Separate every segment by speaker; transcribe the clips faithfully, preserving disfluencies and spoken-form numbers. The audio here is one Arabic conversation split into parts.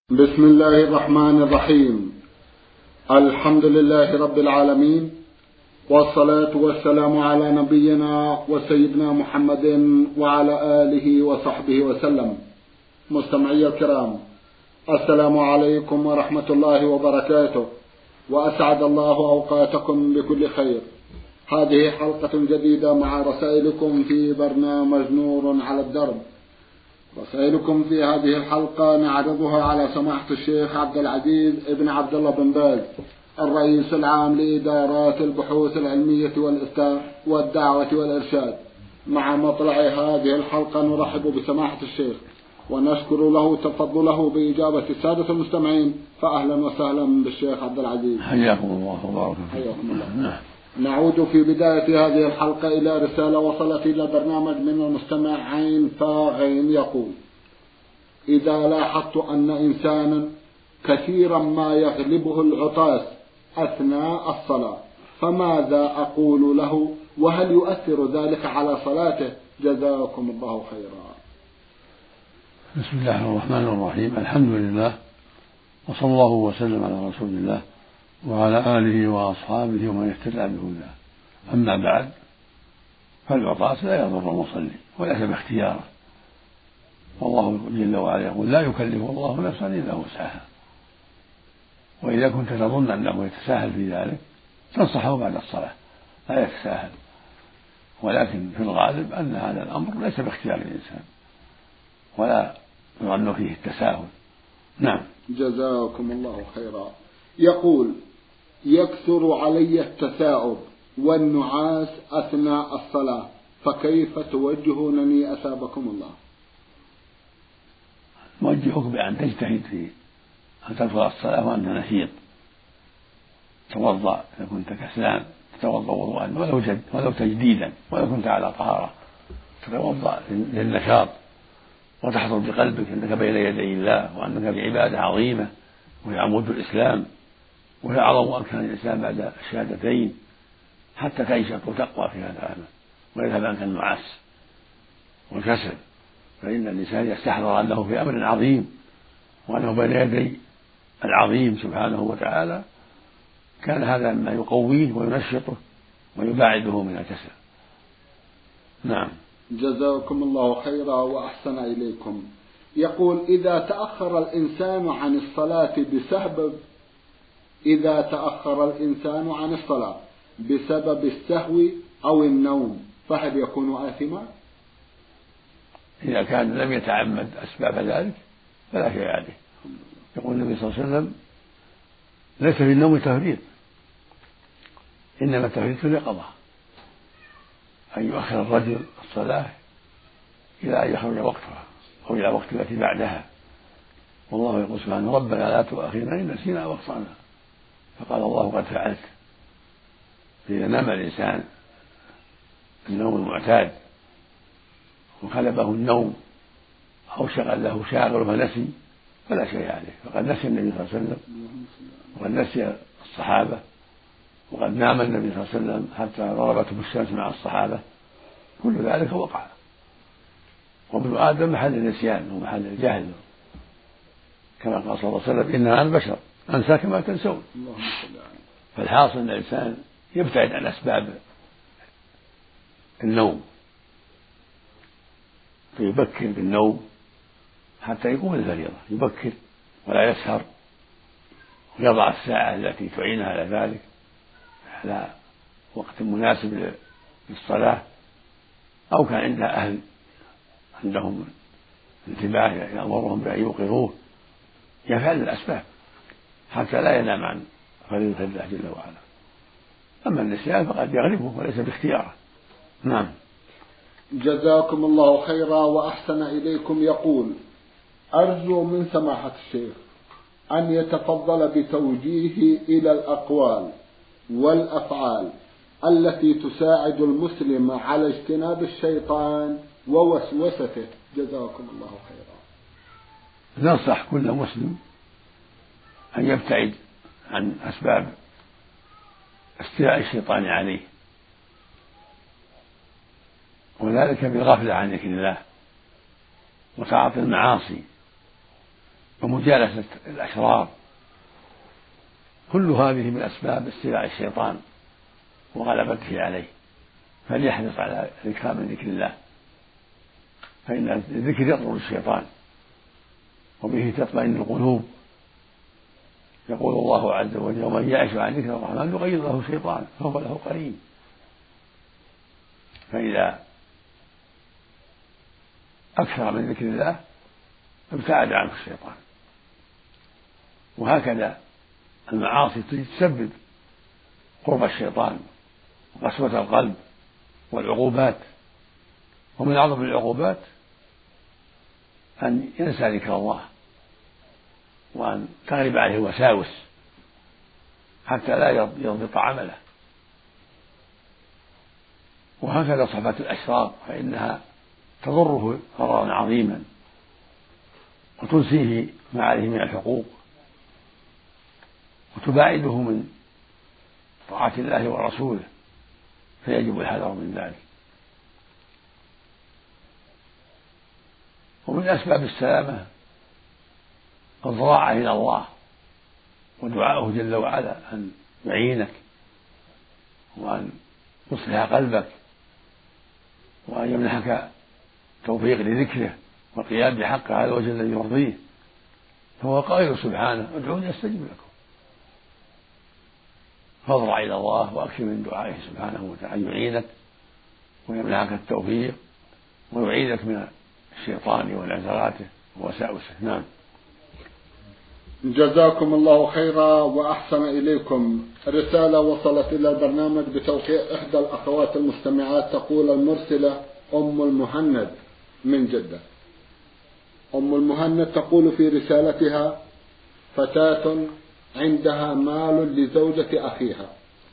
Speaker 1: بسم الله الرحمن الرحيم. الحمد لله رب العالمين، والصلاة والسلام على نبينا وسيدنا محمد وعلى آله وصحبه وسلم. مستمعي الكرام، السلام عليكم ورحمة الله وبركاته، وأسعد الله أوقاتكم بكل خير. هذه حلقة جديدة مع رسائلكم في برنامج نور على الدرب. رسائلكم في هذه الحلقة نعرضها على سماحة الشيخ عبد العزيز ابن عبد الله بن باز، الرئيس العام لإدارات البحوث العلمية والإفتاء والدعوة والإرشاد. مع مطلع هذه الحلقة نرحب بسماحة الشيخ ونشكر له تفضله بإجابة السادة المستمعين، فأهلا وسهلا بالشيخ عبد العزيز.
Speaker 2: حياكم الله وبارك
Speaker 1: حياكم الله. نعود في بداية هذه الحلقة إلى رسالة وصلت إلى برنامج من المستمع عين فاغين يقول: إذا لاحظت أن إنسانا كثيرا ما يغلبه العطاس أثناء الصلاة فماذا أقول له، وهل يؤثر ذلك على صلاته؟ جزاكم الله خيرا.
Speaker 2: بسم الله الرحمن الرحيم. الحمد لله، وصلى الله وسلم على رسول الله وعلى آله وأصحابه ومن اهتدى بهداه. أما بعد، فالعطاس لا يضر المصلي وليس باختياره، والله جل وعلا يقول: لا يكلف الله نفسا إلا وسعها. وإذا كنت تظن أنه يتساهل في ذلك تنصحه بعد الصلاة لا يتساهل، ولكن في الغالب أن هذا الأمر ليس باختيار الإنسان ولا يظن فيه التساهل. نعم.
Speaker 1: جزاكم الله خيرا. يقول: يكثر علي التثاؤب والنعاس أثناء الصلاة، فكيف توجهونني أثابكم الله؟
Speaker 2: نوجهك بأن تجتهد في أن تدخل الصلاة وأنت نشيط، توضأ إذا كنت كسلان تتوضأ وضوءا ولو جد ولو تجديدا، ولو كنت على طهارة تتوضأ للنشاط، وتحضر بقلبك أنك بين يدي الله وأنك بعبادة عظيمة وهي عمود الإسلام وهي أعظم أركان الإسلام بعد الشهادتين، حتى تنشط وتقوى في هذا العمل ويذهب عنك النعاس والكسل، فإن الإنسان يستحضر أنه في أمر عظيم وأنه بين يدي العظيم سبحانه وتعالى، كان هذا مما يقويه وينشطه ويباعده من الكسل. نعم.
Speaker 1: جزاكم الله خيرا وأحسن إليكم. يقول: إذا تأخر الإنسان عن الصلاة بسبب إذا تأخر الإنسان عن الصلاة بسبب السهو أو النوم فهل يكون آثما؟
Speaker 2: إذا كان لم يتعمد أسباب ذلك فلا شيء عليه. يقول النبي صلى الله عليه وسلم: ليس في النوم تفريط، إنما التفريط في اليقظة، أن يؤخر الرجل الصلاة إلى أن يخرج وقتها أو إلى وقت التي بعدها، والله يقول سبحانه: ربنا لا تؤاخذنا إن نسينا أو أخطأنا. فقال الله: قد فعلت. فإذا نام الإنسان النوم المعتاد وغلبه النوم أو شغل له شاغل فنسي فلا شيء عليه، فقد نسي النبي صلى الله عليه وسلم وقد نسي الصحابة، وقد نام النبي صلى الله عليه وسلم حتى ضربته الشمس مع الصحابة، كل ذلك وقع. وابن آدم محل النسيان ومحل الجهل، كما قال صلى الله عليه وسلم: إنما أنا بشر أنسى كما تنسون. فالحاصل أن الإنسان يبتعد عن أسباب النوم، فيبكر بالنوم حتى يقوم الفريضة، يبكر ولا يسهر، ويضع الساعة التي تعينها على ذلك على وقت مناسب للصلاة، أو كان عنده أهل عندهم انتباه يأمرهم بأن يوقظوه، يفعل الأسباب حتى لا ينام عن فريضة الله جل وعلا. أما النسيان فقد يغلبه وليس باختياره. نعم.
Speaker 1: جزاكم الله خيرا وأحسن إليكم. يقول: أرجو من سماحة الشيخ أن يتفضل بتوجيهي إلى الأقوال والأفعال التي تساعد المسلم على اجتناب الشيطان ووسوسته. جزاكم الله خيرا.
Speaker 2: ننصح كل مسلم أن يبتعد عن أسباب استيلاء الشيطان عليه، وذلك بالغفلة عن ذكر الله وتعاطي المعاصي ومجالسة الأشرار، كل هذه من أسباب استيلاء الشيطان وغلبته عليه، فليحرص على الإكثار من ذكر الله، فإن الذكر يطرد الشيطان وبه تطمئن القلوب. يقول الله عز وجل: ومن يعش عن ذكر الرحمن يقيض له شيطان فهو له قرين. فإذا أكثر من ذكر الله ابتعد عنه الشيطان. وهكذا المعاصي تسبب قرب الشيطان وقسوة القلب والعقوبات، ومن أعظم العقوبات أن ينسى ذكر الله وأن تغلب عليه الوساوس حتى لا يضبط عمله. وهكذا صحبة الأشرار فإنها تضره ضررا عظيما وتنسيه ما عليه من الحقوق وتباعده من طاعة الله ورسوله، فيجب الحذر من ذلك. ومن أسباب السلامة الضراعة إلى الله ودعاؤه جل وعلا أن يعينك وأن يصلح قلبك وأن يمنحك توفيق لذكره والقيام بحق هذا الوجه الذي يرضيه. فهو قائل سبحانه: ادعوني أستجب لكم. فاضرع إلى الله وأكثر من دعائه سبحانه وتعالى أن يعينك ويمنحك التوفيق ويعيدك من الشيطان ونزغاته ووساوسه. نعم.
Speaker 1: جزاكم الله خيرا وأحسن إليكم. رسالة وصلت إلى البرنامج بتوقيع إحدى الأخوات المستمعات، تقول المرسلة أم المهند من جدة. أم المهند تقول في رسالتها: فتاة عندها مال لزوجة أخيها،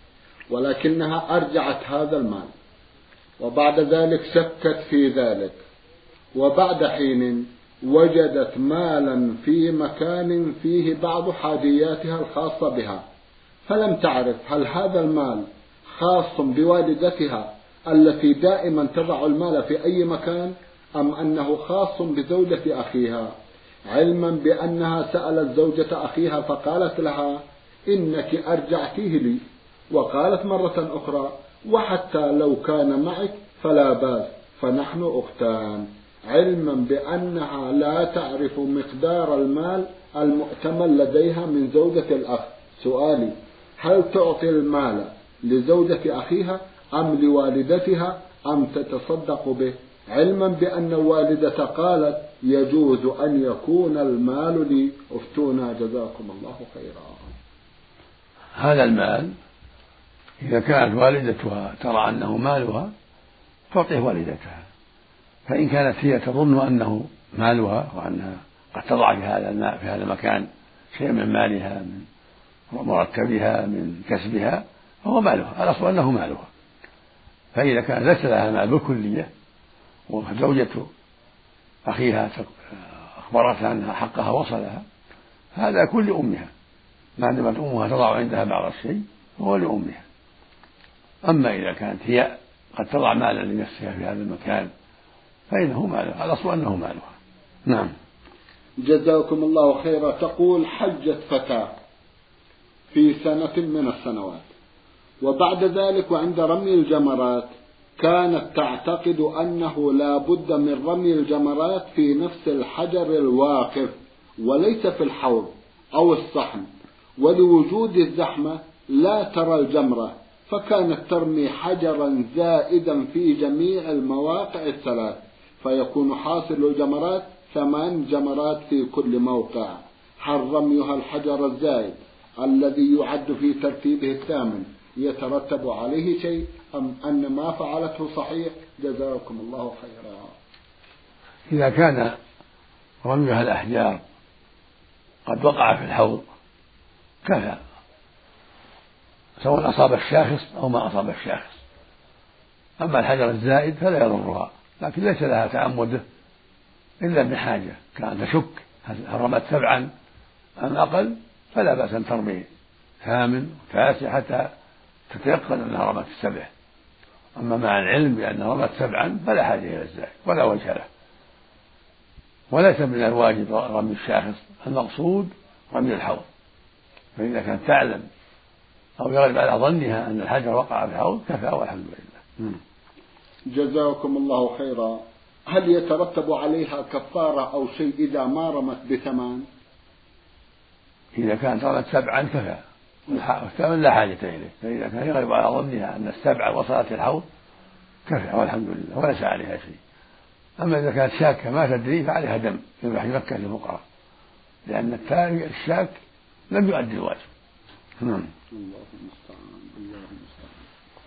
Speaker 1: ولكنها أرجعت هذا المال، وبعد ذلك شكت في ذلك، وبعد حين وجدت مالا في مكان فيه بعض حاجياتها الخاصة بها، فلم تعرف هل هذا المال خاص بوالدتها التي دائما تضع المال في أي مكان، أم أنه خاص بزوجة أخيها، علما بأنها سألت زوجة أخيها فقالت لها: إنك أرجعتيه لي، وقالت مرة أخرى: وحتى لو كان معك فلا بأس فنحن أختان، علما بأنها لا تعرف مقدار المال المؤتمن لديها من زوجة الأخ. سؤالي: هل تعطي المال لزوجة أخيها أم لوالدتها أم تتصدق به، علما بأن الوالدة قالت يجوز أن يكون المال لي؟ افتونا جزاكم الله خيرا.
Speaker 2: هذا المال إذا كانت والدتها ترى أنه مالها تعطيه والدتها، فإن كانت هي تظن أنه مالها وأنها قد تضع في هذا الماء في هذا المكان شيء من مالها من مرتبها من كسبها فهو مالها، الأصل أنه مالها. فإذا كان ليس لها مال بالكلية وزوجة أخيها أخبرتها أن حقها وصلها، هذا يكون لأمها ما دامت أمها تضع عندها بعض الشيء فهو لأمها. أما إذا كانت هي قد تضع مالا لنفسها في هذا المكان فإنه مالها، الأصل أنه مالها. نعم.
Speaker 1: جزاكم الله خيرا. تقول: حجت فتاة في سنة من السنوات، وبعد ذلك وعند رمي الجمرات كانت تعتقد أنه لا بد من رمي الجمرات في نفس الحجر الواقف وليس في الحوض أو الصحن، ولوجود الزحمة لا ترى الجمرة، فكانت ترمي حجرا زائدا في جميع المواقع الثلاث، فيكون حاصل الجمرات ثمان جمرات في كل موقع. هل رميها الحجر الزائد الذي يعد في ترتيبه الثامن يترتب عليه شيء، أم أن ما فعلته صحيح؟ جزاكم الله خيرا.
Speaker 2: إذا كان رميها الأحجار قد وقع في الحوض كفى، سواء أصاب الشاخص أو ما أصاب الشاخص. أما الحجر الزائد فلا يضرها، لكن ليس لها تعمده إلا بحاجة، كان تشك هل رمت سبعا أم أقل فلا بأس أن ترمي ثامن تاسع حتى تتيقن أنها رمت السبع. أما مع العلم بأن رمت سبعا فلا حاجة إلى الزائد ولا وجه له. وليس من الواجب رمي الشاخص المقصود رمي الحوض، فإذا كانت تعلم أو يغلب على ظنها أن الحجر وقع في الحوض كفى والحمد لله.
Speaker 1: جزاكم الله خيرا. هل يترتب عليها كفارة أو شيء إذا ما رمت بثمان؟
Speaker 2: إذا كانت رمت سبعا كفى، والثمن لا حاجة إليه، فإذا كان يغلب على ظنها أن السبعة وصلت الحوض كفى والحمد لله وليس عليها شيء. أما إذا كانت شاكة ما تدري فعليها دم يذبح مكة للفقراء، لأن التارك الشاك لم يؤدي الواجب. نعم.
Speaker 1: الله المستعان الله المستعان.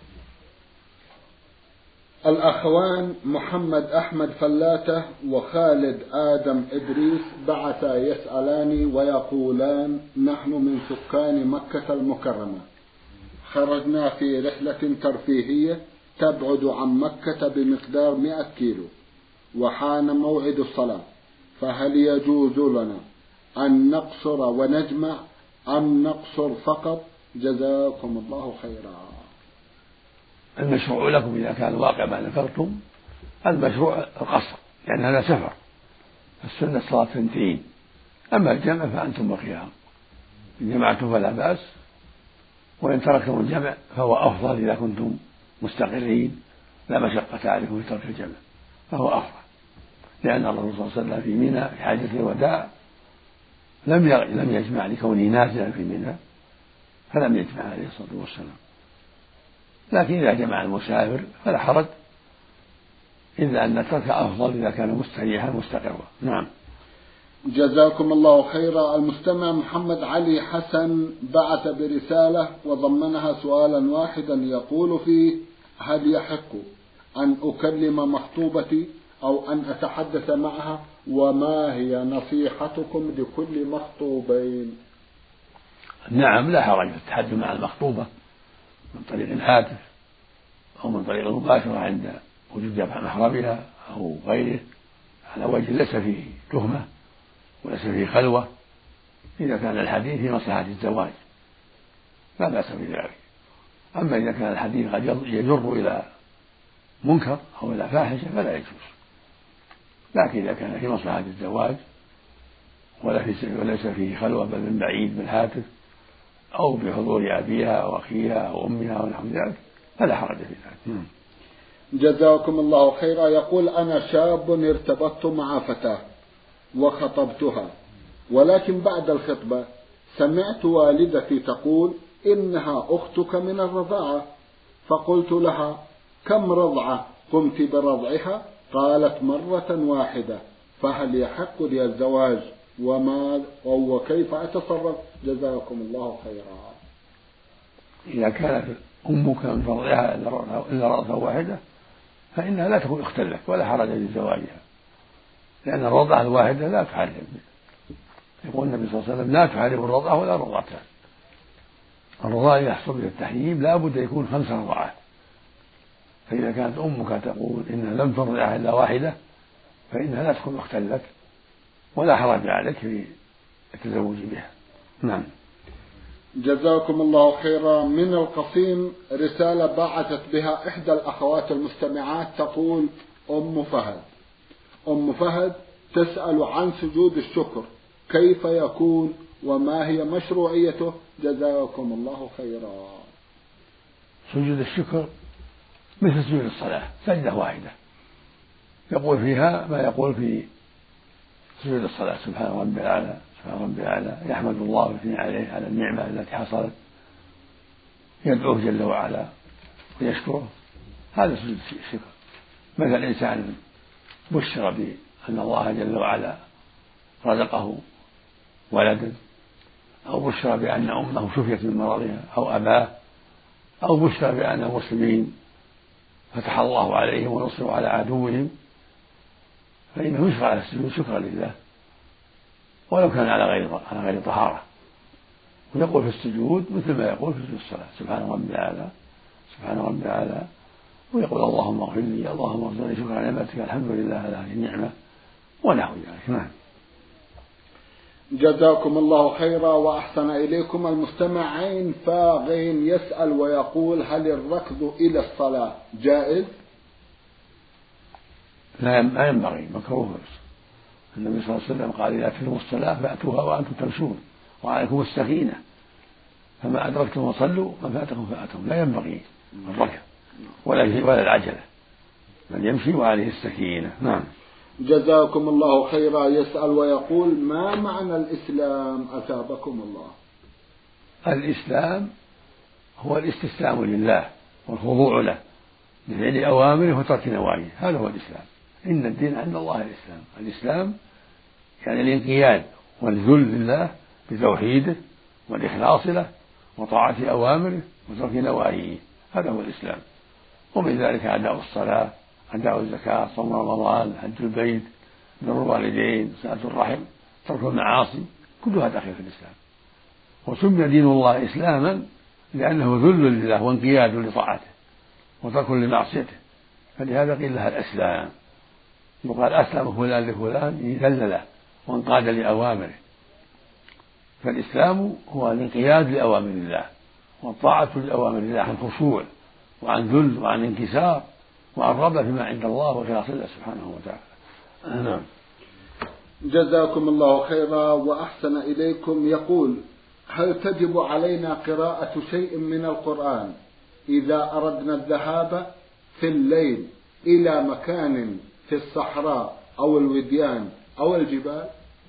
Speaker 1: الأخوان محمد أحمد فلاتة وخالد آدم إدريس بعثا يسألان ويقولان: نحن من سكان مكة المكرمة، خرجنا في رحلة ترفيهية تبعد عن مكة بمقدار مئة كيلو، وحان موعد الصلاة، فهل يجوز لنا أن نقصر ونجمع أم نقصر فقط؟ جزاكم الله خيرا.
Speaker 2: المشروع لكم إذا كان الواقع ما ذكرتم المشروع القصر، لأن هذا سفر، السنة صلاة ثنتين، أما الجمع فأنتم بخيار، إن جمعتم فلا بأس، وإن تركتم الجمع فهو أفضل إذا كنتم مستقرين لا مشقة عليكم في ترك الجمع، فهو أفضل، لأن الرسول صلى الله عليه وسلم في منى في حاجة الوداع لم لم يجمع لكونه نازلا في منى، فلم يجمع عليه الصلاة والسلام. لكن إذا جمع المسافر فلا حرج، إلا أن الترك أفضل إذا كان مستريحا مستقرا. نعم.
Speaker 1: جزاكم الله خيرا. المستمع محمد علي حسن بعث برسالة وضمنها سؤالا واحدا يقول فيه: هل يحق أن أكلم مخطوبتي أو أن أتحدث معها؟ وما هي نصيحتكم لكل مخطوبين؟
Speaker 2: نعم، لا حرج في التحدث مع المخطوبة من طريق الهاتف أو من طريق المباشرة عند وجود محرمها أو غيره، على وجه ليس فيه تهمة وليس فيه خلوة، إذا كان الحديث في مصلحة الزواج لا بأس بذلك. أما إذا كان الحديث قد يجر إلى منكر أو إلى فاحشة فلا يجوز، لكن إذا كان في مصلحة الزواج وليس فيه خلوة بل من بعيد بالهاتف أو بحضور أبيها أو أخيها أو أمها ونحو ذلك فلا حرج في ذلك.
Speaker 1: جزاكم الله خيرا. يقول: أنا شاب ارتبطت مع فتاة وخطبتها، ولكن بعد الخطبة سمعت والدتي تقول إنها أختك من الرضاعة، فقلت لها: كم رضعة قمت برضعها؟ قالت: مرة واحدة، فهل يحق لي الزواج وما وكيف أتصرف؟ جزاكم الله خيرا.
Speaker 2: إذا كانت أمك من فرضها إلا رضعة واحدة فإنها لا تكون أختا لك ولا حرج في زواجها، لأن الرضعة الواحدة لا تحرم. يقول النبي صلى الله عليه وسلم: لا تحرم الرضعة ولا رضعتان. الرضاعة يحصل بها التحريم لا بد يكون خمس رضعات، فإذا كانت أمك تقول إنها لم ترضعها إلا واحدة فإنها لا تكون أختا لك ولا حرج عليك في التزوج بها. نعم.
Speaker 1: جزاكم الله خيرا. من القصيم رسالة بعثت بها إحدى الأخوات المستمعات تقول: أم فهد أم فهد تسأل عن سجود الشكر، كيف يكون وما هي مشروعيته؟ جزاكم الله خيرا.
Speaker 2: سجود الشكر مثل سجود الصلاة، سجدة واحدة يقول فيها ما يقول في سجود الصلاة: سبحان ربي الأعلى سبحان ربي الأعلى، يحمد الله ويثني عليه على النعمة التي حصلت، يدعوه جل وعلا ويشكره. هذا سجود الشكر. مثل إنسان بشر بأن الله جل وعلا رزقه ولدا، أو بشر بأن أمه شفيت من مرضها أو أباه، أو بشر بأن المسلمين فتح الله عليهم ونصروا على عدوهم، فإنه يشرع على السجود شكرا لله ولو كان على غير على غير طهارة، ويقول في السجود مثل ما يقول في سجود الصلاة: سبحان ربي الأعلى سبحان ربي الأعلى، ويقول: اللهم اغفر لي اللهم ارزقني شكر نعمتك الحمد لله على هذه النعمة ونحو ذلك. نعم.
Speaker 1: جزاكم الله خيرا وأحسن إليكم. المستمع عين فاغين يسأل ويقول: هل الركض إلى الصلاة جائز؟
Speaker 2: لا ينبغي، مكروه، النبي صلى الله عليه وسلم قال إذا أتيتم الصلاة فأتوها وأنتم تمشون وعليكم السكينة، فما أدركتم فصلوا ما فاتكم فأتوا. لا ينبغي الركب ولا ولا العجلة، بل يمشي وعليه السكينة. نعم.
Speaker 1: جزاكم الله خيرا. يسأل ويقول: ما معنى الإسلام أثابكم الله؟
Speaker 2: الإسلام هو الاستسلام لله والخضوع له بفعل أوامره وترك نواهيه، هذا هو الإسلام. إن الدين عند الله الإسلام. الإسلام يعني الانقياد والذل لله بتوحيده والإخلاص له وطاعة أوامره وترك نواهيه، هذا هو الإسلام. ومن ذلك أداء الصلاة، أداء الزكاة، صوم رمضان، حج البيت، بر الوالدين، صلة الرحم، ترك المعاصي، كلها داخل في الإسلام. وسمي دين الله إسلاما لأنه ذل لله وانقياد لطاعته وترك لمعصيته، فلهذا قيل لها الإسلام. يقال أسلم فلان لفلان ذل له وانقاد لأوامره. فالإسلام هو الانقياد لأوامر الله والطاعة لأوامر الله عن خشوع وعن ذل وعن انكسار وعن رغبة فيما عند الله وخلاص الله سبحانه وتعالى. نعم.
Speaker 1: جزاكم الله خيرا وأحسن إليكم. يقول: هل تجب علينا قراءة شيء من القرآن إذا أردنا الذهاب في الليل إلى مكان في الصحراء أو الوديان أو الجبال؟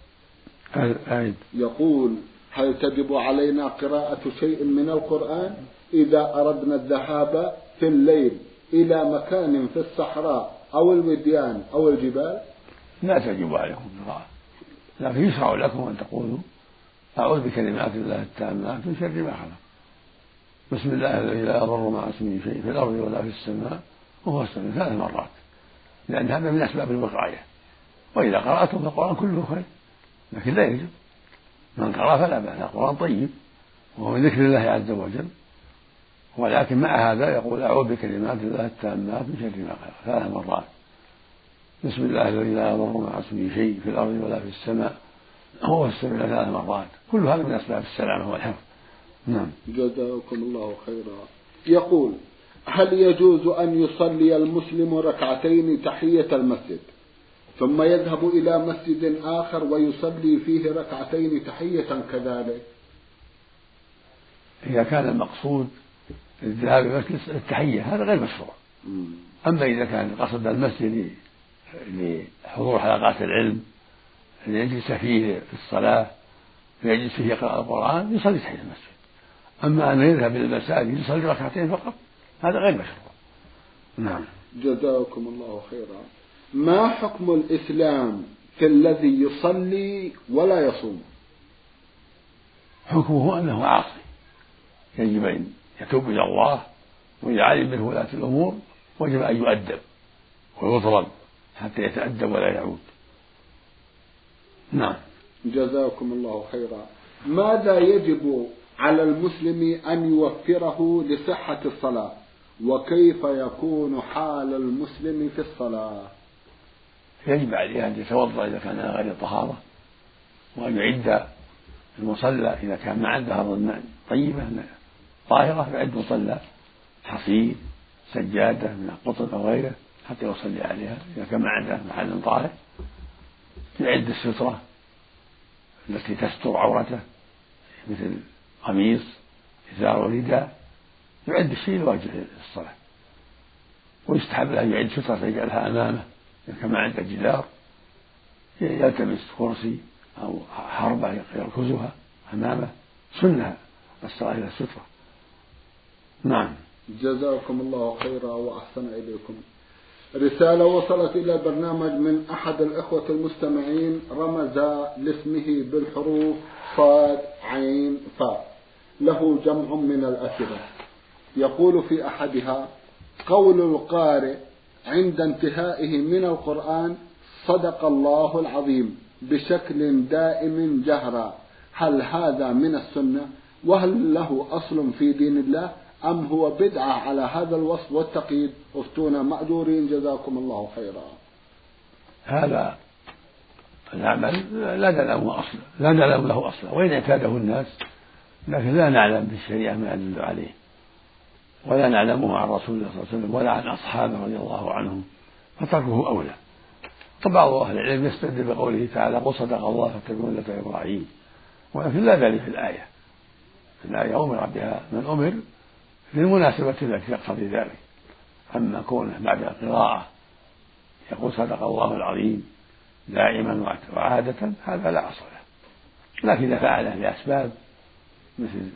Speaker 1: يقول: هل تجب علينا قراءة شيء من القرآن إذا أردنا الذهاب في الليل إلى مكان في الصحراء أو الوديان أو الجبال؟
Speaker 2: لا تجب عليكم قراءة، لكن يشرع لكم أن تقولوا: أعوذ بكلمات الله التامات من شر ما خلق، بسم الله الذي لا يضر مع اسمه شيء في الأرض ولا في السماء وهو السميع، ثلاث مرات، لأن هذا من أسباب الوقاية. وإذا قرأتم فالقرآن كله خير، لكن لا يجب. من قرأ فلا بأس، القرآن طيب وهو من ذكر الله عز وجل، ولكن مع هذا يقول: أعوذ بكلمات الله التامات من شر ما خلق ثلاث مرات، بسم الله الذي لا يضر مع اسمه شيء في الأرض ولا في السماء هو السميع ثلاث مرات، كل هذا من أسباب السلامة والحفظ. نعم.
Speaker 1: جزاكم الله خيرا. يقول: هل يجوز أن يصلي المسلم ركعتين تحية المسجد ثم يذهب إلى مسجد آخر ويصلي فيه ركعتين تحية كذلك؟
Speaker 2: إذا كان المقصود الذهاب إلى المسجد التحية هذا غير مشروع. أما إذا كان قصد المسجد لحضور حلقات العلم ليجلس فيه في الصلاة فيجلس فيه يقرأ القرآن يصلي تحية المسجد. أما أن يذهب إلى المساجد يصلي ركعتين فقط هذا غير مشروع. نعم.
Speaker 1: جزاكم الله خيرا. ما حكم الإسلام في الذي يصلي ولا يصوم؟
Speaker 2: حكمه أنه عاصي، يجب أن يتوب إلى الله، وإذا علم منه ولاة الأمور وجب أن يؤدب ويضرب حتى يتأدب ولا يعود. نعم.
Speaker 1: جزاكم الله خيرا. ماذا يجب على المسلم أن يوفره لصحة الصلاة، وكيف يكون حال المسلم في الصلاة؟
Speaker 2: يجب عليه أن يتوضأ إذا كان غير طهارة، وأن يعد المصلى إذا كان ما عنده أرض طيبة طاهرة، يعد مصلى حصير سجادة من القطن أو غيره حتى يصلي عليها. إذا كان ما عنده محل طاهر يعد السترة التي تستر عورته مثل قميص إزار ورداء، يعد الشيء الواجب للصلاة. ويستحب له يعد سترة يجعلها أمامه إذا كان ما عنده جدار، يلتمس كرسي أو حربة يركزها أمامه، سنة الصلاة إلى السترة. نعم.
Speaker 1: جزاكم الله خيرا وأحسن إليكم. رسالة وصلت إلى البرنامج من أحد الإخوة المستمعين، رمز لاسمه بالحروف صاد عين فاء، له جمع من الأسئلة. يقول في أحدها: قول القارئ عند انتهائه من القرآن صدق الله العظيم بشكل دائم جهرا، هل هذا من السنة؟ وهل له أصل في دين الله أم هو بدعة على هذا الوصف والتقييد؟ افتونا مأجورين جزاكم الله خيرا.
Speaker 2: هذا العمل لا نعلم أصلا لا نعلم له أصلا، وإن اعتاده الناس لكن لا نعلم بالشريعة ما يدل عليه، ولا نعلمه عن رسول الله صلى الله عليه وسلم ولا عن أصحابه رضي الله عنهم، فتركه أولى. فبعض أهل العلم يستدل بقوله تعالى قل صدق الله فاتبعوا ملة إبراهيم، ولكن لا دليل في الآية. في الآية أمر بها من أمر للمناسبة التي تقتضي ذلك. أما كونه بعد القراءة يقول صدق الله العظيم دائما وعادة هذا لا أصل له، لكن إذا فعله لأسباب مثل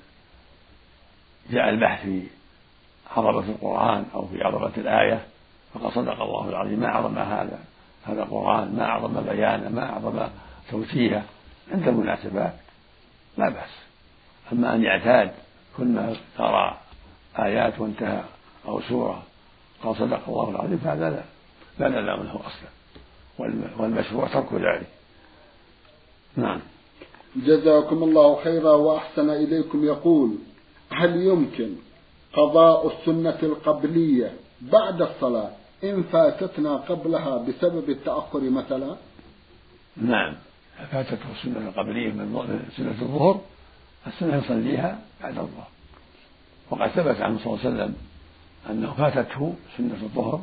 Speaker 2: جاء البحث في عظمة القرآن أو في عظمة الآية فقد صدق الله العظيم ما أعظم هذا هذا القرآن، ما أعظم بيانه، ما أعظم توجيهه، عند المناسبات لا بأس. أما أن يعتاد كل ما قرأ آيات وانتهى أو سورة قال صدق الله العظيم فهذا لا لا نعلم له أصلا، والمشروع ترك ذلك. نعم.
Speaker 1: جزاكم الله خيرا وأحسن إليكم. يقول: هل يمكن قضاء السنة القبلية بعد الصلاة إن فاتتنا قبلها بسبب التأخر مثلا؟
Speaker 2: نعم، فاتته السنة القبلية من سنة الظهر السنة يصليها بعد الظهر، وقد ثبت عنه صلى الله عليه وسلم أنه فاتته سنة الظهر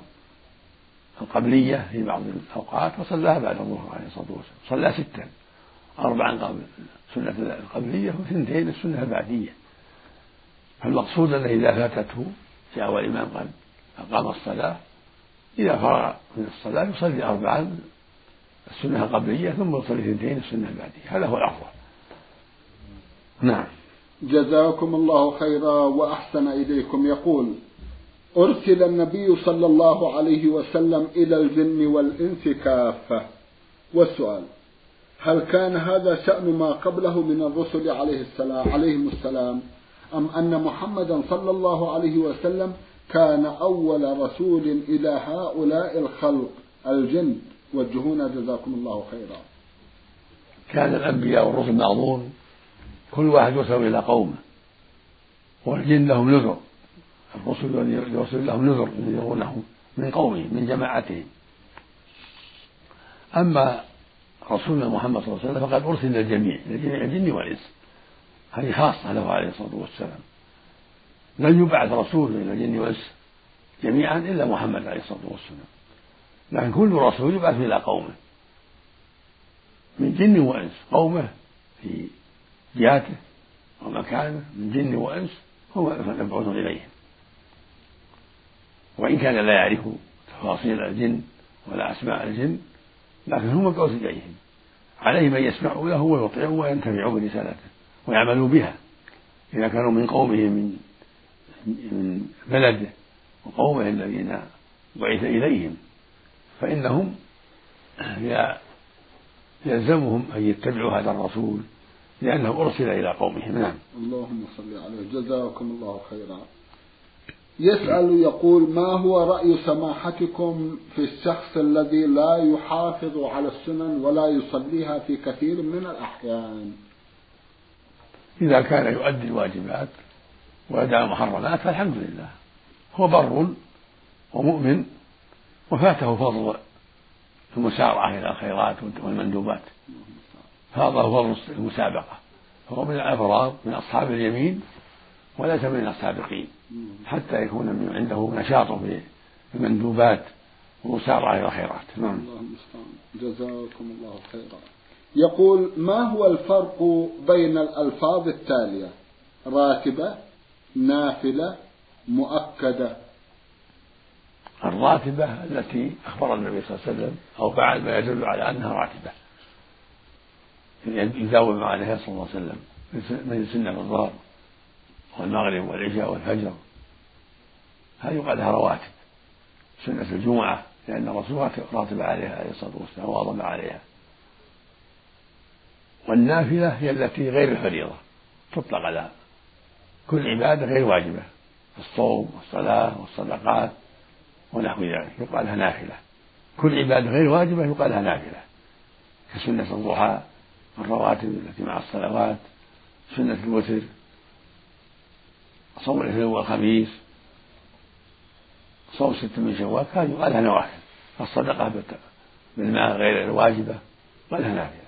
Speaker 2: القبلية في بعض الأوقات وصلاها بعد الظهر عليه الصلاة والسلام، صلى ستا، أربعا قبل السنة القبلية وثنتين السنة البعدية. فالمقصود أنه إذا فاتته جاء والإمام قد أقام الصلاة إذا فرغ من الصلاة يصلي أربعا السنة القبلية ثم يصلي ثنتين السنة البعدية، هذا هو الأفضل. نعم.
Speaker 1: جزاكم الله خيرا وأحسن إليكم. يقول: أرسل النبي صلى الله عليه وسلم إلى الجن والإنس كافة، والسؤال: هل كان هذا شأن ما قبله من الرسل عليه السلام عليهم السلام، أم أن محمدا صلى الله عليه وسلم كان أول رسول إلى هؤلاء الخلق الجن؟ وجهونا جزاكم الله خيرا.
Speaker 2: كان الأنبياء والرسل معظون كل واحد يرسل إلى قومه، والجن لهم نذر، الرسل يرسل لهم نذر ينذرونهم من قومهم من جماعتهم. أما رسولنا محمد صلى الله عليه وسلم فقد أرسل للجميع لجميع الجن والإنس، هذه خاصة له عليه الصلاة والسلام، لن يبعث رسول إلى الجن والإنس جميعا إلا محمد عليه الصلاة والسلام، لكن كل رسول يبعث إلى قومه من جن وإنس، قومه في جهته ومكانه من جن وإنس هو مبعوث إليهم، وإن كان لا يعرف تفاصيل الجن ولا أسماء الجن لكن هو مبعوث إليهم، عليهم أن يسمعوا له ويطيعوا وينتفعوا برسالته ويعملوا بها إذا كانوا من قومه من من بلده وقومه الذين بعث إليهم، فإنهم يلزمهم أن يتبعوا هذا الرسول لأنه أرسل إلى قومهم. نعم.
Speaker 1: اللهم صل عليه. جزاكم الله خيرا. يسأل يقول: ما هو رأي سماحتكم في الشخص الذي لا يحافظ على السنن ولا يصليها في كثير من الأحيان؟
Speaker 2: إذا كان يؤدي الواجبات ويدع المحرمات فالحمد لله، هو بر ومؤمن وفاته فضل المسارعة إلى الخيرات والمندوبات، هذا هو فضل المسابقة، هو من الأبرار من أصحاب اليمين وليس من السابقين، حتى يكون من عنده نشاط في المندوبات ومسارعة إلى الخيرات. نعم.
Speaker 1: الله المستعان. جزاكم الله خيرا. يقول: ما هو الفرق بين الألفاظ التالية: راتبة، نافلة، مؤكدة؟
Speaker 2: الراتبة التي أخبر النبي صلى الله عليه وسلم أو فعل ما يدل على أنها راتبة يداوم عليها صلى الله عليه وسلم من سنة الظهر والمغرب والعشاء والفجر، هذه يقال لها رواتب. سنة الجمعة لأن الرسول راتب عليها عليه الصلاة والسلام واظب عليها. والنافلة هي التي غير الفريضة، تطلق على كل عبادة غير واجبة، الصوم والصلاة والصدقات ونحو ذلك يقال لها نافلة. كل عبادة غير واجبة يقال لها نافلة، كسنة الضحى، الرواتب التي مع الصلوات، سنة الوتر، صوم الاثنين والخميس، صوم ست من شوال، هذه يقال لها نوافل. الصدقة بالمال غير الواجبة يقال لها نافلة.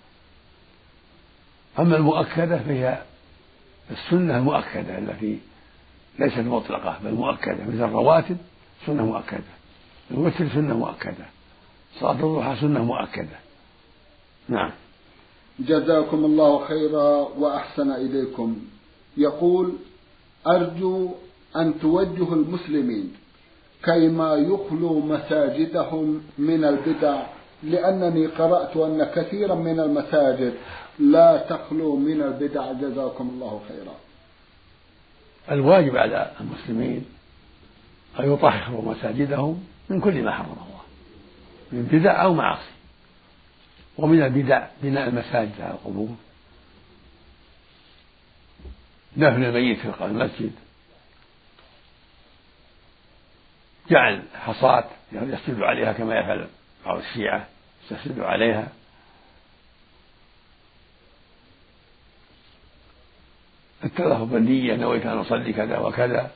Speaker 2: أما المؤكدة فهي السنة المؤكدة التي ليست مطلقة بل مؤكدة، مثل الرواتب سنة مؤكدة، الوتر سنة مؤكدة، صلاة الضحى سنة مؤكدة. نعم.
Speaker 1: جزاكم الله خيرا وأحسن إليكم. يقول: أرجو أن توجهوا المسلمين كيما يخلوا مساجدهم من البدع، لأنني قرأت أن كثيرا من المساجد لا تخلو من البدع. جزاكم الله خيرا.
Speaker 2: الواجب على المسلمين أن يطهروا مساجدهم من كل ما حرم الله من بدع أو معاصي. ومن البدع بناء المساجد على القبور، دفن الميت في المسجد، جعل حصاة يسجد عليها كما يفعل بعض الشيعة يسجد عليها، التلفظ بالنية نويت أن أصلي كذا وكذا.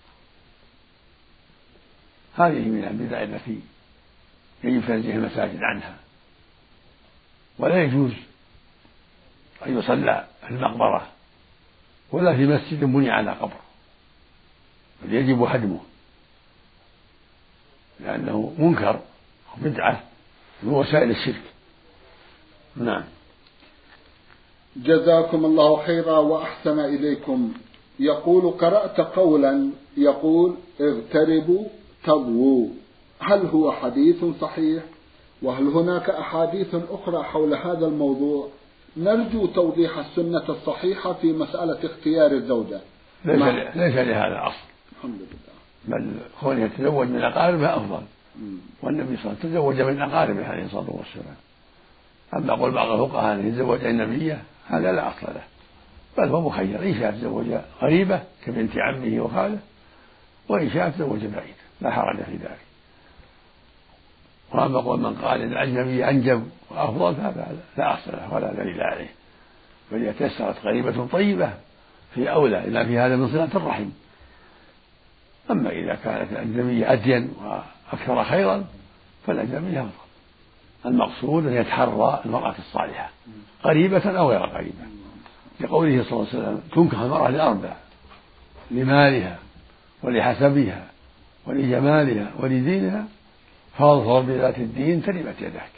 Speaker 2: هذه من البدع التي يجب تنزيه المساجد عنها، ولا يجوز أن يصلى في المقبرة ولا في مسجد بني على قبر، بل يجب هدمه لأنه منكر وبدعة من وسائل الشرك. نعم.
Speaker 1: جزاكم الله خيرا وأحسن إليكم. يقول: قرأت قولا يقول: اغتربوا تضووا، هل هو حديث صحيح؟ وهل هناك أحاديث أخرى حول هذا الموضوع؟ نرجو توضيح السنة الصحيحة في مسألة اختيار الزوجة.
Speaker 2: ليس, ليس لهذا أصل.
Speaker 1: الحمد لله.
Speaker 2: بل كونه يتزوج من أقاربه أفضل، والنبي صلى الله عليه وسلم تزوج من أقاربه عليه الصلاة والسلام. أما قول بعض الفقهاء أن يتزوج النبية هذا لا أصل له، بل هو مخير، إن شاء تزوج قريبة كبنت عمه وخاله، وإن شاء تزوج بعيد لا حرج في ذلك. وأما قول من قال إن الأجنبي أنجب وأفضل فهذا لا أصل له ولا دليل عليه، بل إذا تيسرت قريبة طيبة في أولى إلا في هذا من صلة الرحم. أما إذا كانت الأجنبية أدين وأكثر خيرا فالأجنبية أفضل. المقصود أن يتحرى المرأة الصالحة قريبة أو غير قريبة، لقوله صلى الله عليه وسلم: تنكح المرأة لأربع: لمالها ولحسبها ولجمالها ولدينها، فاظفر بذات الدين تربت يدك.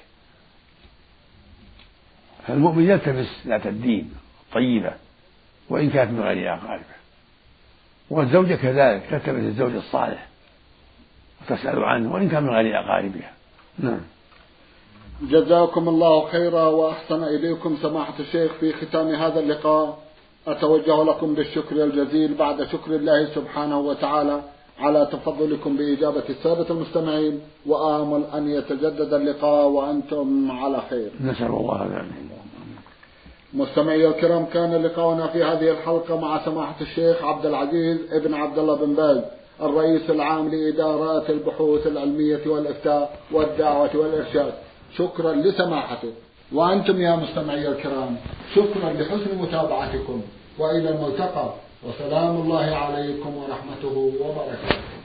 Speaker 2: فالمؤمن يلتمس ذات الدين طيبة وإن كانت من غير أقاربه، والزوجة كذلك تلتمس الزوج الصالح وتسأل عنه وإن كان من غير أقاربها. نعم.
Speaker 1: جزاكم الله خيرا وأحسن إليكم سماحة الشيخ. في ختام هذا اللقاء أتوجه لكم بالشكر الجزيل بعد شكر الله سبحانه وتعالى على تفضلكم بإجابة السادة المستمعين، وآمل أن يتجدد اللقاء وأنتم على خير.
Speaker 2: نسأل الله ذلك.
Speaker 1: مستمعي الكرام، كان لقاؤنا في هذه الحلقة مع سماحة الشيخ عبد العزيز ابن عبد الله بن باز، الرئيس العام لإدارات البحوث العلمية والإفتاء والدعوة والإرشاد. شكرا لسماحته. وأنتم يا مستمعي الكرام شكرا لحسن متابعتكم، وإلى الملتقى، وسلام الله عليكم ورحمته وبركاته.